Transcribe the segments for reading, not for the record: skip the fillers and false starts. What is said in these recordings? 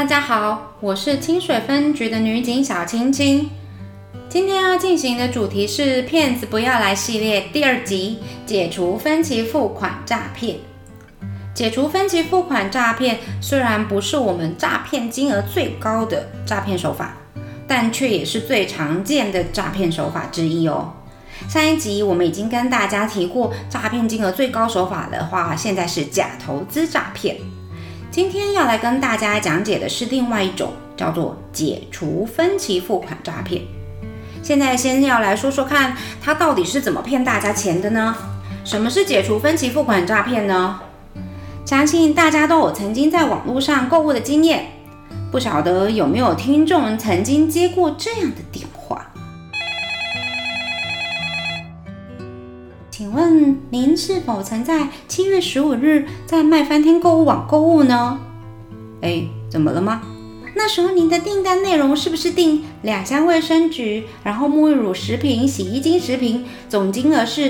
家好，我是清水分局的女警小青青。今天要进行的主题是骗子不要来系列第2集，解除分期付款诈骗。解除分期付款诈骗虽然不是我们诈骗金额最高的诈骗手法，但却也是最常见的诈骗手法之一哦。上一集我们已经跟大家提过，诈骗金额最高手法的话，现在是假投资诈骗。今天要来跟大家讲解的是另外一种，叫做解除分期付款诈骗。现在先要来说说看，它到底是怎么骗大家钱的呢？什么是解除分期付款诈骗呢？相信大家都有曾经在网络上购物的经验，不晓得有没有听众曾经接过这样的电话？请问您是否曾在7月15日在卖翻天购物网购物呢？怎么了吗？那时候您的订单内容是不是订2箱卫生纸，然后沐浴乳10瓶、洗衣精10瓶，总金额是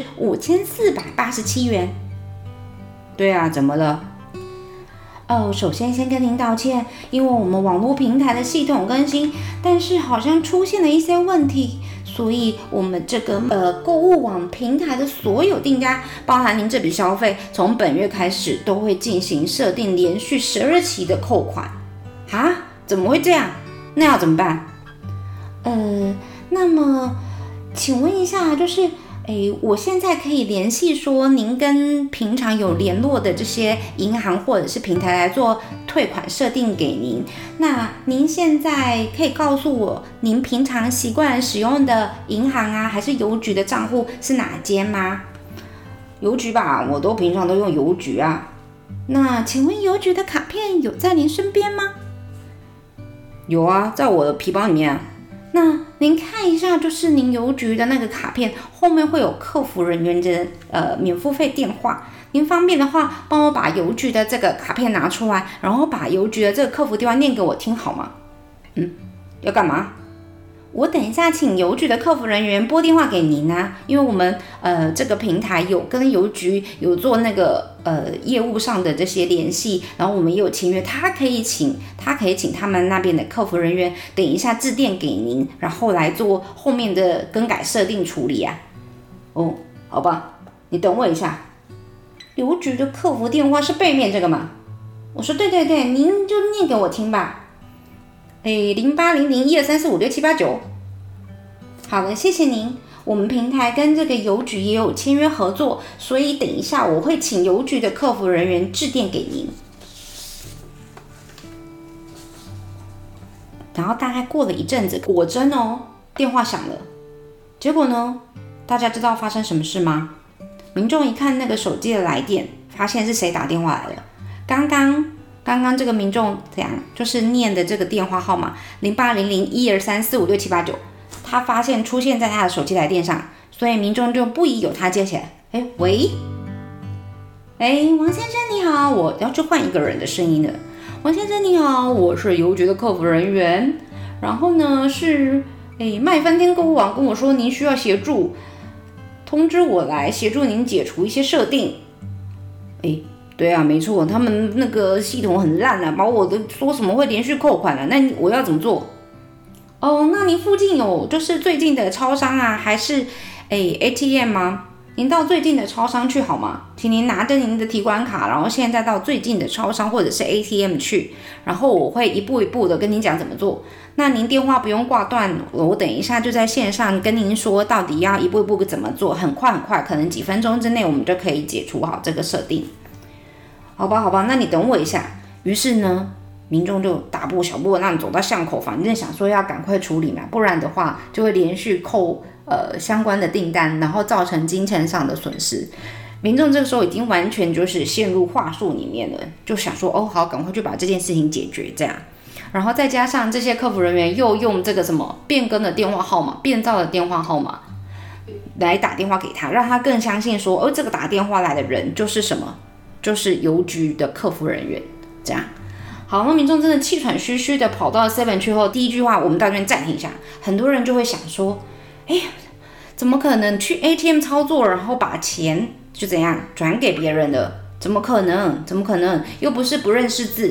5487元？对啊，怎么了？首先跟您道歉，因为我们网络平台的系统更新，但是好像出现了一些问题，所以我们这个购物网平台的所有订单，包含您这笔消费，从本月开始都会进行设定连续12期的扣款。啊？怎么会这样？那要怎么办？那么请问一下，就是我现在可以联系说您跟平常有联络的这些银行或者是平台来做退款设定给您。那您现在可以告诉我您平常习惯使用的银行啊，还是邮局的账户是哪间吗？邮局吧，我平常都用邮局啊。那请问邮局的卡片有在您身边吗？有啊，在我的皮包里面啊。那您看一下，就是您邮局的那个卡片后面会有客服人员的免付费电话，您方便的话，帮我把邮局的这个卡片拿出来，然后把邮局的这个客服电话念给我听好吗？要干嘛？我等一下请邮局的客服人员拨电话给您啊，因为我们这个平台有跟邮局有做那个业务上的这些联系，然后我们也有签约，他可以请他们那边的客服人员等一下致电给您，然后来做后面的更改设定处理啊。好吧，你等我一下。邮局的客服电话是背面这个吗？我说对，您就念给我听吧。08001234567889。好了，谢谢您。我们平台跟这个邮局也有签约合作，所以等一下我会请邮局的客服人员致电给您。然后大概过了一阵子，果真电话响了。结果呢，大家知道发生什么事吗？民众一看那个手机的来电，发现是谁打电话来了。刚刚这个民众怎样，就是念的这个电话号码08001234567889，他发现出现在他的手机来电上，所以民众就不疑有他接起来。喂，王先生你好，我要去换一个人的声音了。王先生你好，我是邮局的客服人员，然后呢是卖翻天购物网跟我说您需要协助，通知我来协助您解除一些设定。对啊，没错，他们那个系统很烂啊，把我的说什么会连续扣款啊，那我要怎么做？那您附近有就是最近的超商啊，还是ATM 吗？您到最近的超商去好吗？请您拿着您的提款卡，然后现在到最近的超商或者是 ATM 去，然后我会一步一步的跟您讲怎么做。那您电话不用挂断，我等一下就在线上跟您说到底要一步一步怎么做，很快，可能几分钟之内我们就可以解除好这个设定。好吧，那你等我一下。于是呢，民众就大步小步的让你走到巷口，反正想说要赶快处理嘛，不然的话就会连续扣相关的订单，然后造成金钱上的损失。民众这个时候已经完全就是陷入话术里面了，就想说好，赶快去把这件事情解决这样。然后再加上这些客服人员又用这个什么变更的电话号码、变造的电话号码来打电话给他，让他更相信说这个打电话来的人就是什么，就是邮局的客服人员这样。好，那民众真的气喘吁吁的跑到 7 去后，第一句话我们到这边暂停一下，很多人就会想说怎么可能去 ATM 操作，然后把钱就怎样转给别人的？怎么可能？又不是不认识字，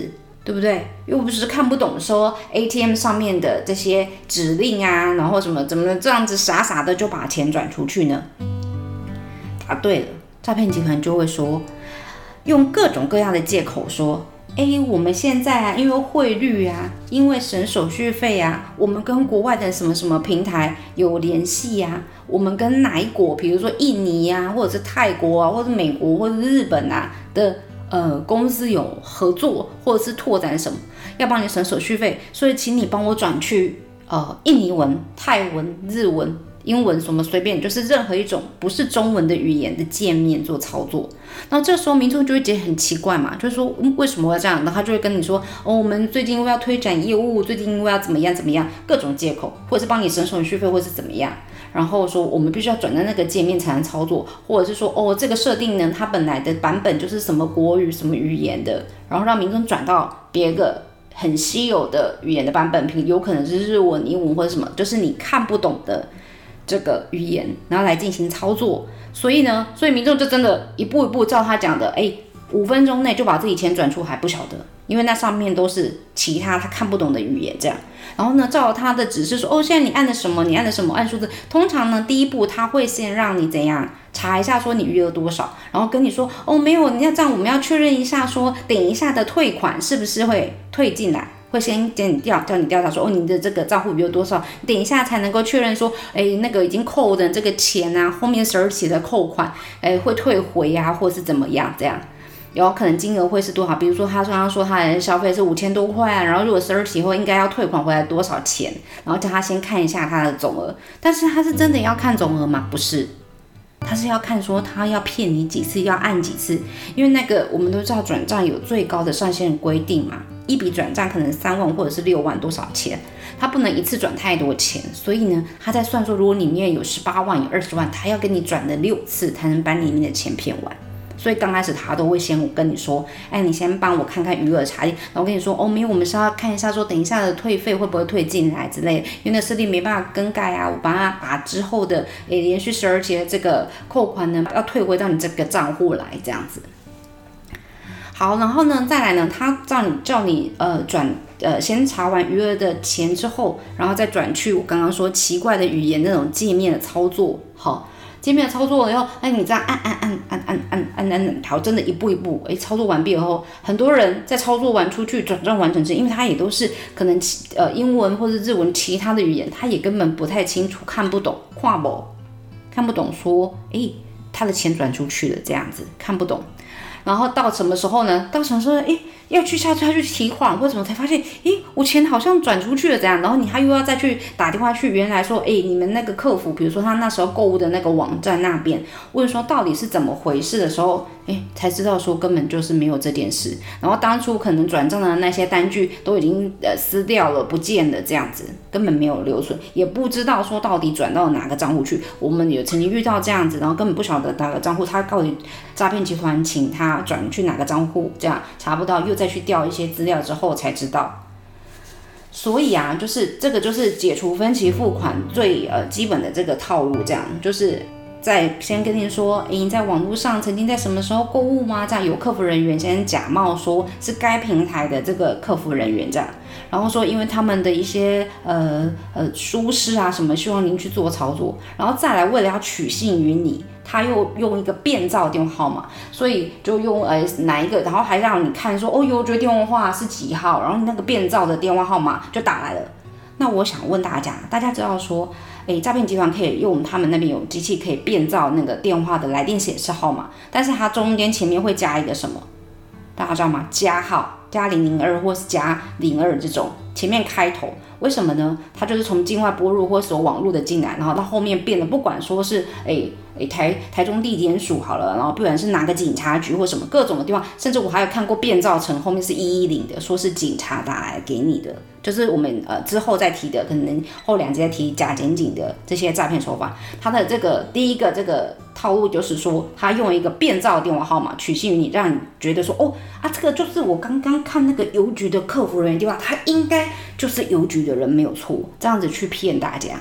对不对？又不是看不懂说 ATM 上面的这些指令啊，然后怎么这样子傻傻的就把钱转出去呢？答对了，诈骗集团就会说，用各种各样的借口说，我们现在啊，因为汇率啊，因为省手续费啊，我们跟国外的什么什么平台有联系啊，我们跟哪一国，比如说印尼啊，或者是泰国啊，或者美国或者日本啊的公司有合作，或者是拓展什么，要帮你省手续费，所以请你帮我转去印尼文、泰文、日文、英文什么随便，就是任何一种不是中文的语言的界面做操作。然后这时候民众就会觉得很奇怪嘛，就是说为什么要这样？然后他就会跟你说，我们最近因为要推展业务，最近因为要怎么样，各种借口，或者是帮你省手续费，或者是怎么样。然后说我们必须要转到那个界面才能操作，或者是说这个设定呢，它本来的版本就是什么国语什么语言的，然后让民众转到别个很稀有的语言的版本，有可能是日文、英文或者什么，就是你看不懂的这个语言，然后来进行操作。所以民众就真的一步一步照他讲的，5分钟内就把自己钱转出，还不晓得，因为那上面都是其他他看不懂的语言这样。然后呢，照他的指示说，现在你按了什么，你按了什么，按数字。通常呢，第一步他会先让你怎样查一下说你余额多少，然后跟你说，没有，你要这样，我们要确认一下说，等一下的退款是不是会退进来。会先叫你调查说，你的这个账户余额多少，等一下才能够确认说，那个已经扣的这个钱啊，后面12期的扣款，会退回啊，或是怎么样这样。然后可能金额会是多少？比如说他刚刚说他的消费是5000多块啊，然后如果12期后应该要退款回来多少钱？然后叫他先看一下他的总额。但是他是真的要看总额吗？不是，他是要看说他要骗你几次，要按几次。因为那个我们都知道转账有最高的上限规定嘛，一笔转账可能3万或者是6万多少钱，他不能一次转太多钱。所以呢，他在算说如果里面有18万有20万，他要跟你转了6次才能把里面的钱骗完。所以刚开始他都会先跟你说，你先帮我看看余额查验，然后跟你说，没有，我们是要看一下说等一下的退费会不会退进来之类的，因为那设定没办法更改啊，我把之后的连续12期的这个扣款呢要退回到你这个账户来这样子。好，然后呢再来呢，他叫你先查完余额的钱之后，然后再转去我刚刚说奇怪的语言那种界面的操作。好，界面的操作了以后，你这样按，好，真的一步一步，操作完毕以后，很多人在操作完出去转账完成之后，因为他也都是可能英文或者日文其他的语言，他也根本不太清楚，看不懂，看不懂说，他的钱转出去了这样子，看不懂。然后到什么时候呢？到什么时候，要去下去提款或什么才发现，我钱好像转出去了这样，然后他又要再去打电话去原来说，你们那个客服，比如说他那时候购物的那个网站那边问说到底是怎么回事的时候，才知道说根本就是没有这件事，然后当初可能转账的那些单据都已经撕掉了，不见了这样子，根本没有留存，也不知道说到底转到哪个账户去。我们有曾经遇到这样子，然后根本不晓得哪个账户，他到底诈骗集团请他转去哪个账户，这样查不到，又再去调一些资料之后才知道。所以啊，就是这个就是解除分期付款最基本的这个套路，这样就是在先跟你说，你在网络上曾经在什么时候购物吗？这样有客服人员先假冒说是该平台的这个客服人员这样，然后说因为他们的一些疏失啊什么，希望您去做操作，然后再来为了要取信于你，他又用一个变造电话号码，所以就用哪一个，然后还让你看说邮局电话是几号，然后那个变造的电话号码就打来了。那我想问大家知道说，诈骗集团可以用他们那边有机器可以变造那个电话的来电显示号码，但是它中间前面会加一个什么？大家知道吗？加号，加002或是加02这种前面开头，为什么呢？它就是从境外拨入或是有网络的进来，然后到后面变得不管说是台中地检署好了，然后不管是哪个警察局或什么各种的地方，甚至我还有看过变造成后面是110的，说是警察打来给你的，就是我们之后再提的，可能后2集再提假检警的这些诈骗手法。它的这个第一个这个套路就是说，他用一个变造电话号码取信于你，让你觉得说这个就是我刚刚看那个邮局的客服人员电话，他应该就是邮局的人没有错，这样子去骗大家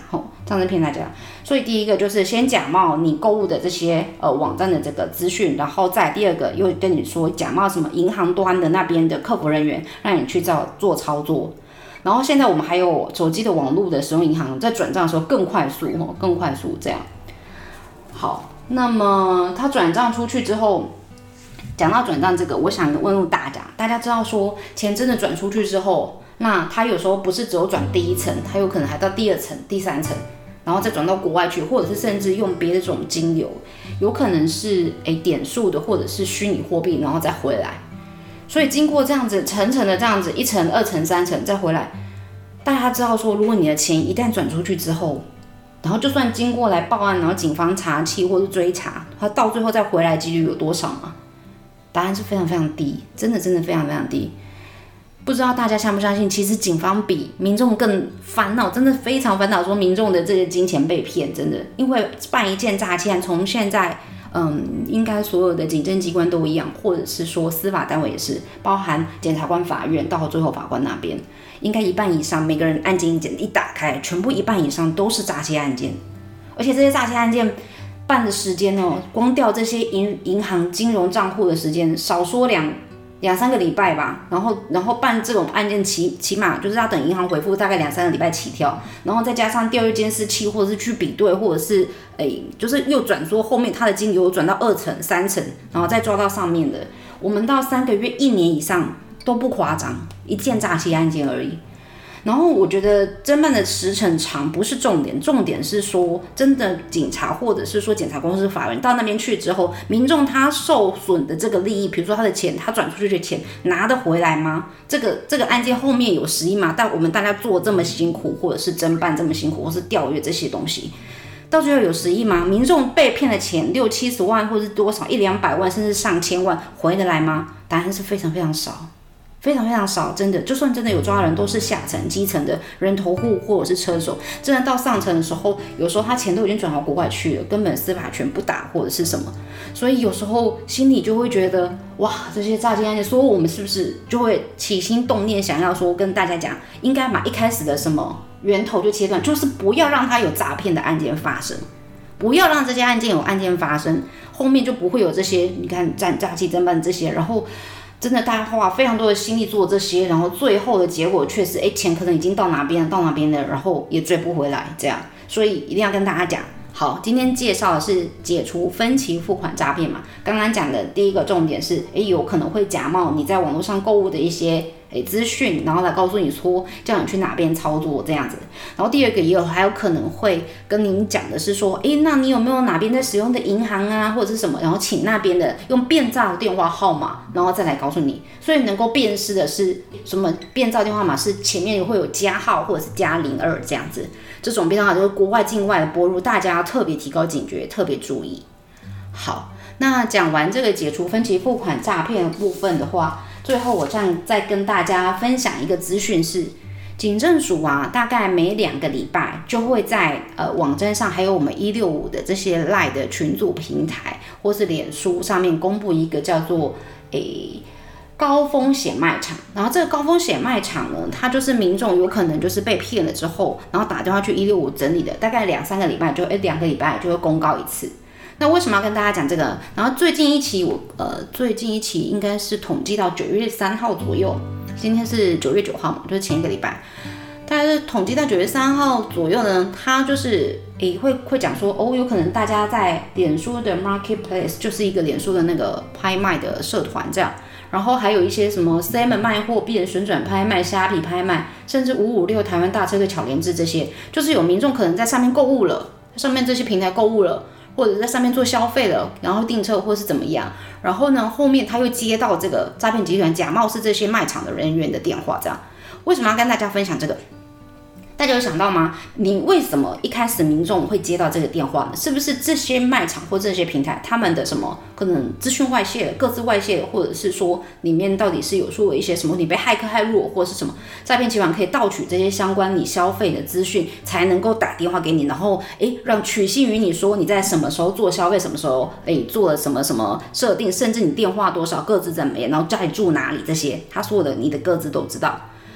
这样子骗大家。所以第一个就是先假冒你购物的这些网站的这个资讯，然后再第二个又跟你说假冒什么银行端的那边的客服人员，让你去做操作。然后现在我们还有手机的网络的使用银行，在转账的时候更快速这样。好，那么他转账出去之后，讲到转账这个，我想问问大家，大家知道说钱真的转出去之后，那他有时候不是只有转第一层，他有可能还到第二层、第三层，然后再转到国外去，或者是甚至用别的这种金流，有可能是点数的，或者是虚拟货币，然后再回来。所以经过这样子层层的这样子1层、2层、3层再回来，大家知道说，如果你的钱一旦转出去之后，然后就算经过来报案，然后警方查缉或是追查，他到最后再回来几率有多少吗？答案是非常非常低，真的非常非常低。不知道大家相不相信，其实警方比民众更烦恼，真的非常烦恼，说民众的这些金钱被骗，真的，因为办一件诈欺案，从现在应该所有的警政机关都一样，或者是说司法单位也是，包含检察官、法院到最后法官那边，应该1半以上，每个人案件一打开，全部1半以上都是诈欺案件，而且这些诈欺案件办的时间哦，光调这些银行金融账户的时间，少说2-3个礼拜吧，然后办这种案件起码就是要等银行回复大概2-3个礼拜起跳，然后再加上调阅监视器，或者是去比对，或者是就是又转说后面他的金流转到2层、3层，然后再抓到上面的，我们到3个月、1年以上都不夸张，一件诈欺案件而已。然后我觉得侦办的时程长不是重点，重点是说真的警察或者是说检察官或是法院到那边去之后，民众他受损的这个利益，比如说他的钱，他转出去的钱拿得回来吗？这个案件后面有实益吗？但我们大家做这么辛苦，或者是侦办这么辛苦，或是调阅这些东西，到最后有实益吗？民众被骗的钱60-70万，或是多少100-200万，甚至上千万，回得来吗？答案是非常非常少。非常非常少，真的，就算真的有抓人，都是下层基层的人头户或者是车手，真的到上层的时候，有时候他钱都已经转到国外去了，根本司法权不打或者是什么，所以有时候心里就会觉得，哇，这些诈欺案件，说我们是不是就会起心动念，想要说跟大家讲，应该把一开始的什么源头就切断，就是不要让他有诈骗的案件发生，不要让这些案件有案件发生，后面就不会有这些，你看诈欺侦办这些，然后。真的，大家花非常多的心力做这些，然后最后的结果却是，钱可能已经到哪边了，然后也追不回来，这样，所以一定要跟大家讲。好，今天介绍的是解除分期付款诈骗嘛。刚刚讲的第一个重点是，有可能会假冒你在网络上购物的一些资讯，然后来告诉你说叫你去哪边操作这样子。然后第二个还有可能会跟您讲的是说，那你有没有哪边在使用的银行啊，或者是什么，然后请那边的用变造的电话号码，然后再来告诉你。所以能够辨识的是什么变造电话号码是前面会有加号或者是加02这样子。这种变造就是国外境外的拨入，大家要特别提高警觉，特别注意。好，那讲完这个解除分期付款诈骗的部分的话，最后我再跟大家分享一个资讯是，警政署啊，大概每2个礼拜就会在网站上，还有我们165的这些 LINE 的群组平台或是脸书上面公布一个叫做高风险卖场。然后这个高风险卖场呢，它就是民众有可能就是被骗了之后，然后打电话去165整理的，大概2-3个礼拜就2个礼拜就会公告一次。那为什么要跟大家讲这个？然后最近一期应该是统计到9月3号左右，今天是9月9号嘛，就是前一个礼拜，大概是统计到9月3号左右呢，它就是会讲说有可能大家在脸书的 Marketplace 就是一个脸书的那个拍卖的社团这样，然后还有一些什么 Semen 卖货币、旋转拍卖、虾皮拍卖，甚至556台湾大车队、巧联智这些，就是有民众可能在上面购物了，上面这些平台购物了。或者在上面做消费了，然后订车或是怎么样，然后呢，后面他又接到这个诈骗集团假冒是这些卖场的人员的电话，这样。为什么要跟大家分享这个？大家有想到吗？你为什么一开始民众会接到这个电话呢？是不是这些卖场或这些平台他们的什么可能资讯外泄了，各自外泄了，或者是说里面到底是有说一些什么你被骇客骇入，或者是什么诈骗集团可以盗取这些相关你消费的资讯，才能够打电话给你，然后让取信于你说你在什么时候做消费，什么时候做了什么什么设定，甚至你电话多少，各自怎么样，然后家里住哪里这些，他所有的你的各自都知道。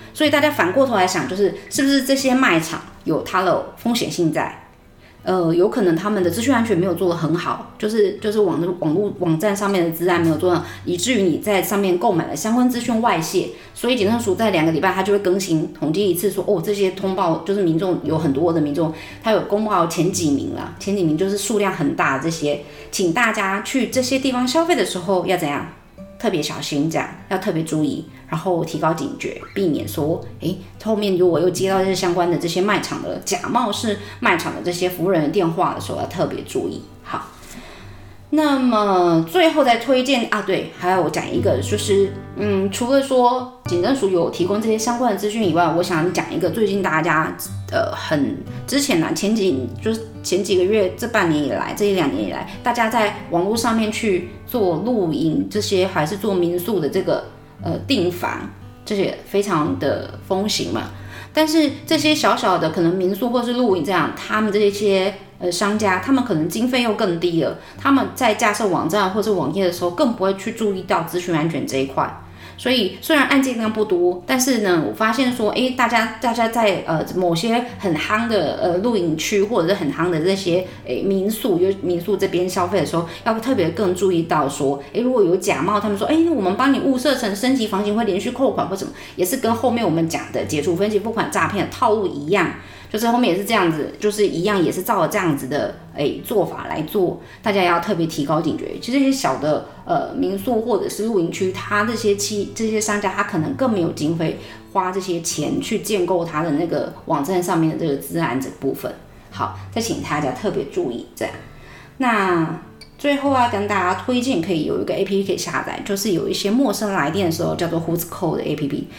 所以大家反过头来想，就是是不是这些卖场有它的风险性在？有可能他们的资讯安全没有做得很好，就是网站上面的资安没有做到，以至于你在上面购买了相关资讯外泄，所以警政署在2个礼拜它就会更新统计一次说，这些通报就是民众有很多的民众，他有公报前几名啦，前几名就是数量很大的这些，请大家去这些地方消费的时候要怎样？特别小心，这样要特别注意，然后提高警觉，避免说，后面如果又接到这些相关的这些卖场的假冒是卖场的这些服务人员电话的时候，要特别注意。好，那么最后再推荐啊，对，还有我讲一个，就是除了说警政署有提供这些相关的资讯以外，我想讲一个最近大家之前啊前几个月这半年以来，这1-2年以来，大家在网络上面去做露营这些，还是做民宿的这个订房，这些非常的风行嘛。但是这些小小的可能民宿或是露营这样，他们这些商家，他们可能经费又更低了，他们在架设网站或是网页的时候，更不会去注意到资讯安全这一块。所以虽然案件量不多，但是呢，我发现说，大家在某些很夯的露营区或者是很夯的这些民宿这边消费的时候，要特别更注意到说，如果有假冒，他们说，我们帮你物色成升级房型会连续扣款或什么，也是跟后面我们讲的解除分期付款诈骗的套路一样。就是后面也是这样子，就是一样也是照了这样子的做法来做，大家也要特别提高警觉。其实这些小的民宿或者是露营区，它这些商家他可能更没有经费花这些钱去建构他的那个网站上面的这个资安这部分。好，再请大家特别注意这样。那最后要跟大家推荐，可以有一个 APP 可以下载，就是有一些陌生来电的时候叫做 Who's Call 的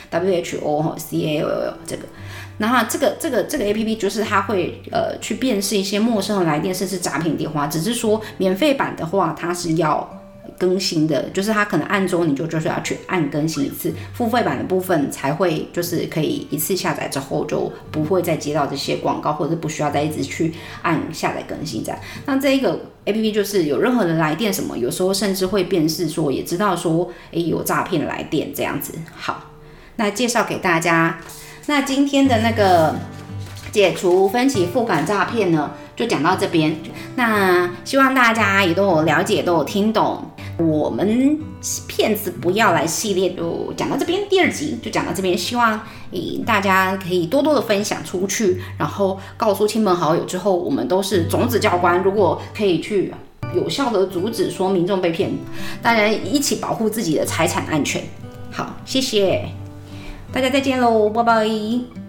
APP，WHOCALL 这个。然后这个 APP 就是它会去辨识一些陌生的来电，甚至诈骗电话。只是说免费版的话，它是要更新的，就是它可能按周你就是要去按更新一次。付费版的部分才会就是可以一次下载之后就不会再接到这些广告，或者是不需要再一直去按下载更新这样。那这一个 APP 就是有任何的来电什么，有时候甚至会辨识说，也知道说有诈骗来电这样子。好，那介绍给大家。那今天的那个解除分期付款诈骗呢，就讲到这边。那希望大家也都有了解，都有听懂。我们骗子不要来系列就讲到这边，第2集就讲到这边。希望大家可以多多的分享出去，然后告诉亲朋好友之后，我们都是种子教官。如果可以去有效的阻止说民众被骗，大家一起保护自己的财产安全。好，谢谢大家，再见喽，拜拜。